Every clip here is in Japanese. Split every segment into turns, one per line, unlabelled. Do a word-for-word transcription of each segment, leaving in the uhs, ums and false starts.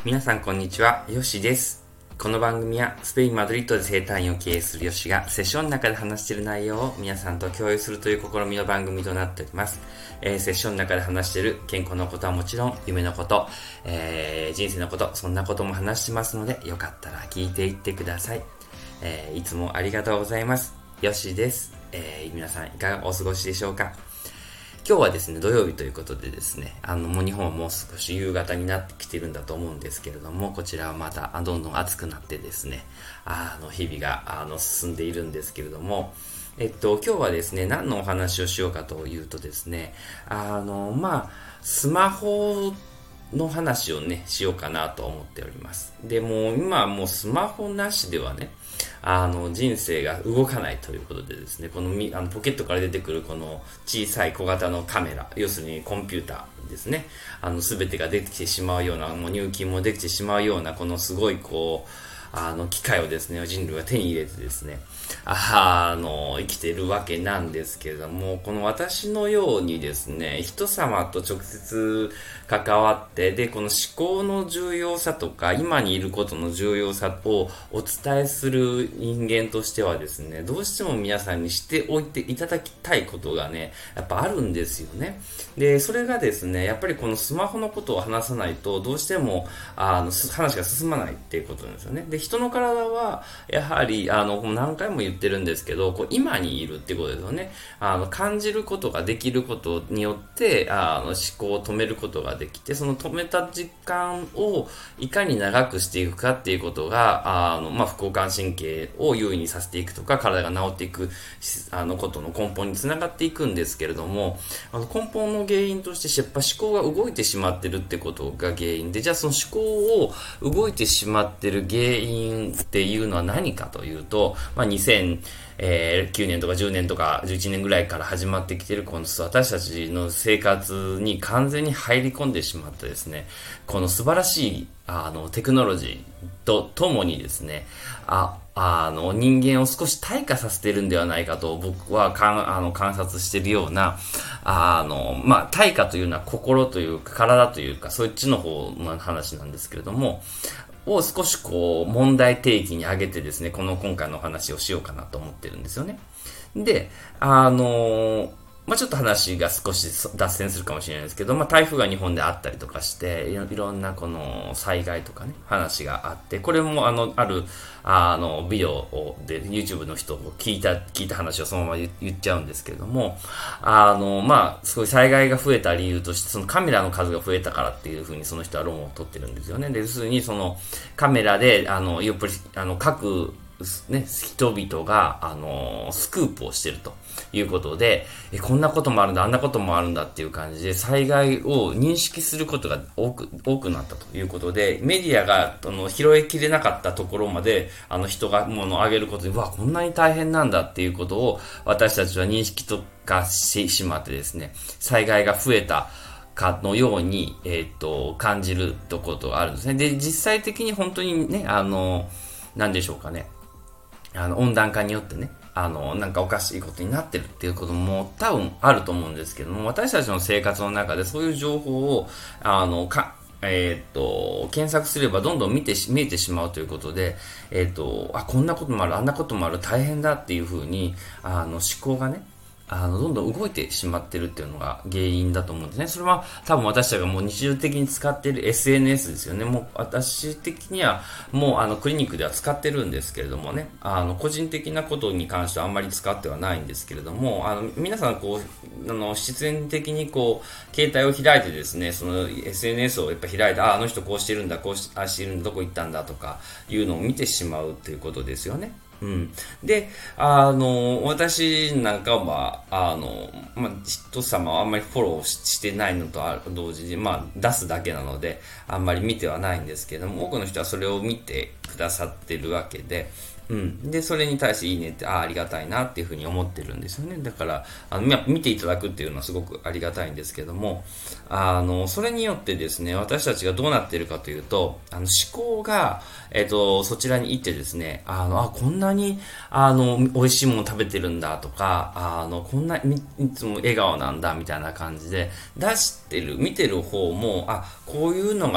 皆さんこんにちは、ヨシです。この番組はスペイン・マドリッドで生態院を経営するヨシがセッションの中で話している内容を皆さんと共有するという試みの番組となっております。えー、セッションの中で話している健康のことはもちろん夢のこと、えー、人生のこと、そんなことも話してますのでよかったら聞いていってください。えー、いつもありがとうございます。ヨシです。えー、皆さんいかがお過ごしでしょうか。今日はですね、土曜日ということでですね、あの、もう日本はもう少し夕方になってきてるんだと思うんですけれども、こちらはまたどんどん暑くなってですね、あの、日々が、あの、進んでいるんですけれども、えっと、今日はですね、何のお話をしようかというとですね、あの、まあ、スマホの話をね、しようかなと思っております。で、もう今はもうスマホなしではね、あの、人生が動かないということでですね、このみあのポケットから出てくるこの小さい小型のカメラ、要するにコンピューターですね、あの、すべてが出てきてしまうような、もう入金もできてしまうような、このすごいこう、あの、機械をですね、人類は手に入れてですね、あの、生きているわけなんですけれども、この私のようにですね、人様と直接関わって、で、この思考の重要さとか、今にいることの重要さをお伝えする人間としてはですね、どうしても皆さんにしておいていただきたいことがね、やっぱあるんですよね。で、それがですね、やっぱりこのスマホのことを話さないと、どうしても、あの、話が進まないっていうことなんですよね。で、人の体は、やはり、あの、何回も言ってるんですけど、こう今にいるってことですよね。あの、感じることができることによって、あの、思考を止めることができて、その止めた時間をいかに長くしていくかっていうことが、あの、まあ、副交感神経を優位にさせていくとか、体が治っていく、あの、ことの根本につながっていくんですけれども、あの、根本の原因として、やっぱ思考が動いてしまってるってことが原因で、じゃあその思考を動いてしまってる原因っていうのは何かというと、まあ、にせんきゅうねんとかじゅうねんとかじゅういちねんぐらいから始まってきているこの私たちの生活に完全に入り込んでしまったですね、この素晴らしいあのテクノロジーとともにですね、ああの人間を少し退化させているんではないかと僕はかんあの観察しているような、あのまあ退化というのは心というか体というかそっちの方の話なんですけれども、を少しこう問題提起に上げてですね、この今回のお話をしようかなと思ってるんですよね。で、あのまあ、ちょっと話が少し脱線するかもしれないですけど、まあ、台風が日本であったりとかして、いろんなこの災害とかね、話があって、これもあの、ある、あの、ビデオで YouTube の人を聞いた、聞いた話をそのまま言っちゃうんですけれども、あの、まあ、すごい災害が増えた理由として、そのカメラの数が増えたからっていうふうにその人は論を取ってるんですよね。で、要するにそのカメラで、あの、やっぱり、あの、各、ね、人々が、あのー、スクープをしてるということで、え、こんなこともあるんだ、あんなこともあるんだっていう感じで、災害を認識することが多く、多くなったということで、メディアが、あの、拾いきれなかったところまで、あの、人が物を上げることで、うわ、こんなに大変なんだっていうことを、私たちは認識とかしてしまってですね、災害が増えた、かのように、えっと、感じるとことがあるんですね。で、実際的に本当にね、あの、なんでしょうかね。あの、温暖化によってね、あの、なんかおかしいことになってるっていうことも多分あると思うんですけども、私たちの生活の中でそういう情報を、あの、か、えっ、と、検索すればどんどん見てし、見えてしまうということで、えっ、と、あ、こんなこともある、あんなこともある、大変だっていうふうに、あの、思考がね、あの、どんどん動いてしまってるっていうのが原因だと思うんですね。それは多分私たちがもう日常的に使っている エスエヌエス ですよね。もう私的にはもうあのクリニックでは使ってるんですけれどもね、あの個人的なことに関してはあんまり使ってはないんですけれども、あの皆さんこう、あの必然的にこう、携帯を開いてですね、その エスエヌエス をやっぱ開いて、あ、あの人こうしてるんだ、こうし、あしてるんだ、どこ行ったんだとかいうのを見てしまうっていうことですよね。うん。で、あの、私なんかは、あの、まあ、人様はあんまりフォローしてないのと同時に、まあ、出すだけなので、あんまり見てはないんですけども、多くの人はそれを見てくださってるわけで、うん。で、それに対していいねって、ああ、ありがたいなっていうふうに思ってるんですよね。だから、あの、見ていただくっていうのはすごくありがたいんですけども、あの、それによってですね、私たちがどうなっているかというと、あの、思考が、えっと、そちらに行ってですね、あの、あ、こんなに、あの、美味しいもの食べてるんだとか、あの、こんな、いつも笑顔なんだみたいな感じで、出してる、見てる方も、あ、こういうのが、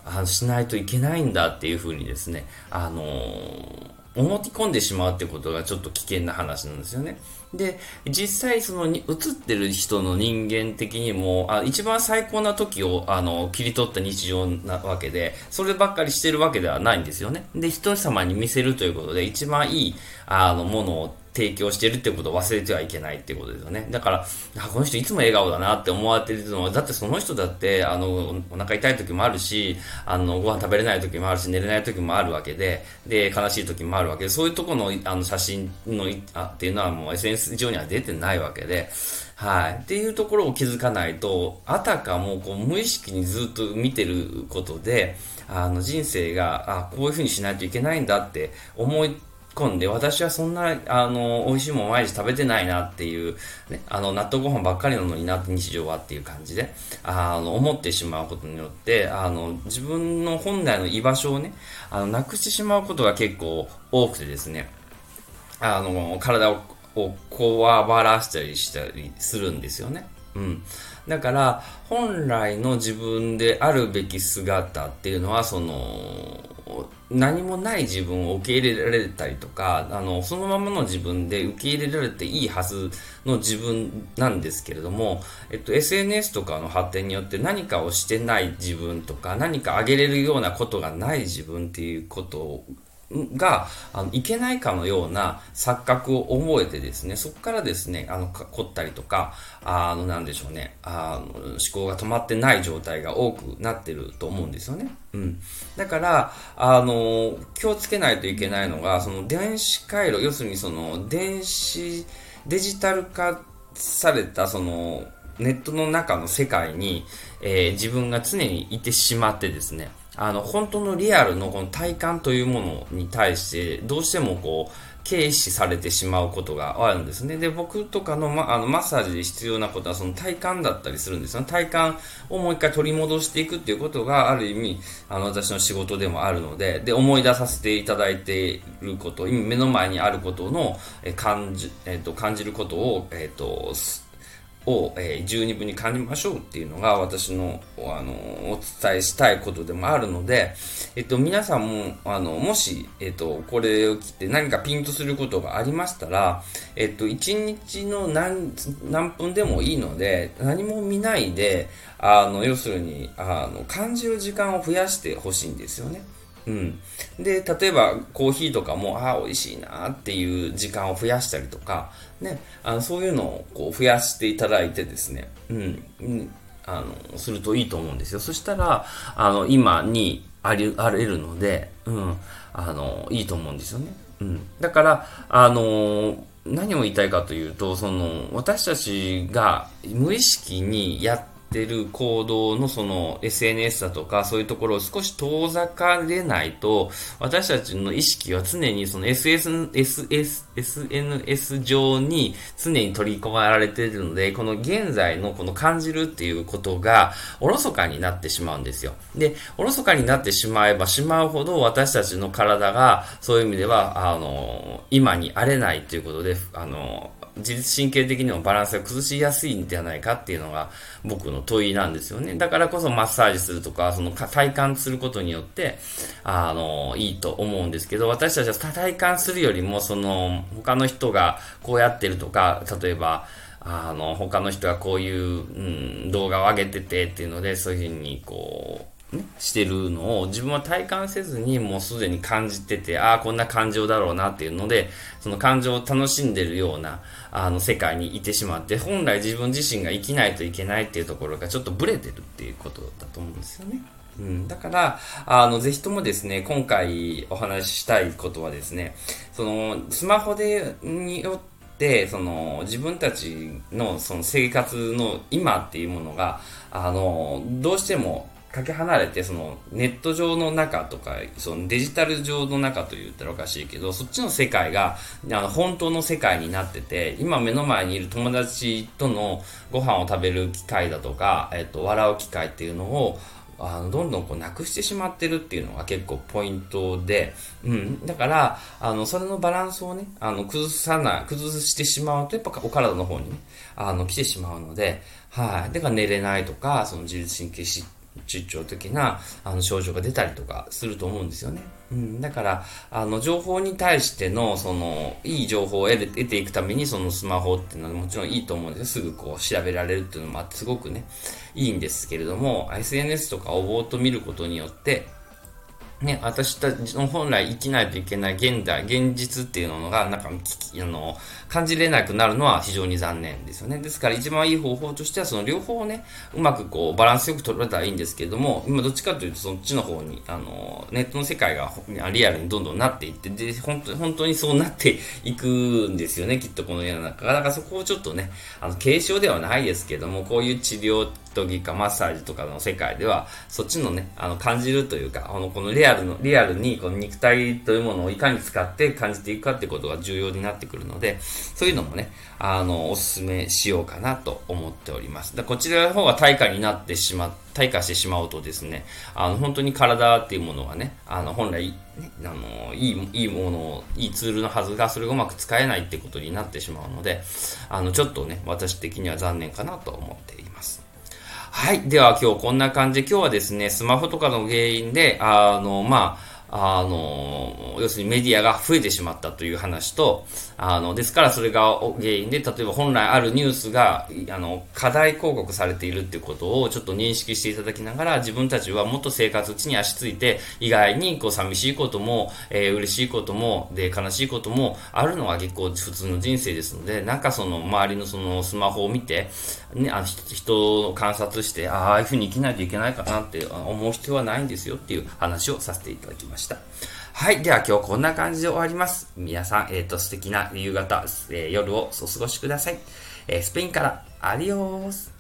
あのしないといけないんだっていうふうにですね、あのー思い込んでしまうってことがちょっと危険な話なんですよね。で、実際そのに映ってる人の人間的にも、あ一番最高な時をあの切り取った日常なわけで、そればっかりしてるわけではないんですよね。で、人様に見せるということで、一番いいあのものを提供してるってことを忘れてはいけないってことですよね。だから、あこの人いつも笑顔だなって思われてるのは、だってその人だって、あの、お腹痛い時もあるし、あの、ご飯食べれない時もあるし、寝れない時もあるわけで、で、悲しい時もあるわけで、そういうところの、あの、写真の、あっていうのはもう エスエヌエス 上には出てないわけで、はい。っていうところを気づかないと、あたかもこう無意識にずっと見てることで、あの、人生が、あ、こういう風にしないといけないんだって思い、込んで、私はそんな、あの、美味しいもん毎日食べてないなっていう、ね、あの、納豆ご飯ばっかりなのになって日常はっていう感じで、あの、思ってしまうことによって、あの、自分の本来の居場所をね、あの、なくしてしまうことが結構多くてですね、あの、体を、をこわばらしたりしたりするんですよね。うん。だから、本来の自分であるべき姿っていうのは、その、何もない自分を受け入れられたりとか、あの、そのままの自分で受け入れられていいはずの自分なんですけれども、えっと、エスエヌエス とかの発展によって何かをしてない自分とか、何かあげれるようなことがない自分っていうことをがあのいけないかのような錯覚を覚えてですね、そこからですね、あの凝ったりとか、あのなんでしょうね、あの思考が止まってない状態が多くなってると思うんですよね。うん。だから、あの気をつけないといけないのが、その電子回路、要するにその電子デジタル化されたそのネットの中の世界に、えー、自分が常にいてしまってですね、あの、本当のリアルのこの体感というものに対して、どうしてもこう、軽視されてしまうことがあるんですね。で、僕とかの、ま、あのマッサージで必要なことはその体感だったりするんですよ。体感をもう一回取り戻していくっていうことがある意味、あの、私の仕事でもあるので、で、思い出させていただいていること、今目の前にあることの、え感じ、えっ、と、感じることを、えっ、と、を、えー、十二分に感じましょうっていうのが私の、あの、お伝えしたいことでもあるので、えっと、皆さんも、あの、もし、えっと、これを聞いて何かピンとすることがありましたら、えっと、一日の何、何分でもいいので、何も見ないで、あの、要するに、あの、感じる時間を増やしてほしいんですよね。うん。で、例えばコーヒーとかも、ああ、美味しいなっていう時間を増やしたりとか、ね、あのそういうのをこう増やしていただいてですね、うん、うん、あの、するといいと思うんですよ。そしたら、あの、今にあり、あれるので、うん、あの、いいと思うんですよね。うん。だから、あの、何を言いたいかというと、その、私たちが無意識にやってってる行動のその エスエヌエス だとかそういうところを少し遠ざかれないと私たちの意識は常にその エスエスエスエスエスエヌエス 上に常に取り込まれているのでこの現在のこの感じるっていうことがおろそかになってしまうんですよ。で、おろそかになってしまえばしまうほど私たちの体がそういう意味ではあの今にあれないということであの自律神経的にもバランスが崩しやすいんではないかっていうのが僕の問いなんですよね。だからこそマッサージするとか、その体感することによって、あの、いいと思うんですけど、私たちは体感するよりも、その、他の人がこうやってるとか、例えば、あの、他の人がこういう、うん、動画を上げててっていうので、そういうふうに、こう、ね、してるのを自分は体感せずにもうすでに感じてて、ああ、こんな感情だろうなっていうので、その感情を楽しんでるような、あの、世界にいてしまって、本来自分自身が生きないといけないっていうところがちょっとブレてるっていうことだと思うんですよね。うん、だから、あの、ぜひともですね、今回お話ししたいことはですね、その、スマホで、によって、その、自分たちのその生活の今っていうものが、あの、どうしても、かけ離れて、そのネット上の中とか、そのデジタル上の中と言ったらおかしいけど、そっちの世界が、あの、本当の世界になってて、今目の前にいる友達とのご飯を食べる機会だとか、えっと、笑う機会っていうのを、あの、どんどんこうなくしてしまってるっていうのが結構ポイントで、うん。だから、あの、それのバランスをね、あの、崩さない、崩してしまうと、やっぱお体の方にね、あの、来てしまうので、はい。だから寝れないとか、その自律神経疾出張的なあの症状が出たりとかすると思うんですよね。うん、だから、あの、情報に対しての、その、いい情報を得る得ていくために、そのスマホっていうのはもちろんいいと思うんですよ。すぐこう調べられるっていうのもあって、すごくね、いいんですけれども、エスエヌエス とかをぼーっと見ることによって、ね、私たちの本来生きないといけない現代、現実っていうのが、なんか、あの、感じれなくなるのは非常に残念ですよね。ですから一番いい方法としては、その両方をね、うまくこう、バランスよく取れたらいいんですけれども、今どっちかというとそっちの方に、あの、ネットの世界がリアルにどんどんなっていって、で、本当に、本当にそうなっていくんですよね、きっとこの世の中が。だからそこをちょっとね、あの、軽症ではないですけども、こういう治療とかマッサージとかの世界では、そっちのね、あの、感じるというか、あの、このリアルの、リアルに、この肉体というものをいかに使って感じていくかってことが重要になってくるので、そういうのもね、あの、おすすめしようかなと思っております。だこちらの方が対価になってしま、退化してしまうとですね、あの、本当に体っていうものがね、あの、本来、ね、あの、いい、いいものを、いいツールのはずが、それがうまく使えないってことになってしまうので、あの、ちょっとね、私的には残念かなと思っています。はい。では今日こんな感じで、今日はですね、スマホとかの原因で、あの、まあ、あの、要するにメディアが増えてしまったという話と、あの、ですからそれが原因で、例えば本来あるニュースが、あの、過大広告されているっていうことをちょっと認識していただきながら、自分たちはもっと生活地に足ついて、意外にこう寂しいことも、えー、嬉しいことも、で、悲しいこともあるのが結構普通の人生ですので、なんかその周りのそのスマホを見て、ね、あの人を観察して、ああ、ああいうふうに生きないといけないかなって思う必要はないんですよっていう話をさせていただきました。はい。では今日こんな感じで終わります。皆さん、えっと、素敵な夕方、えー、夜をお過ごしください。えー、スペインからアディオース。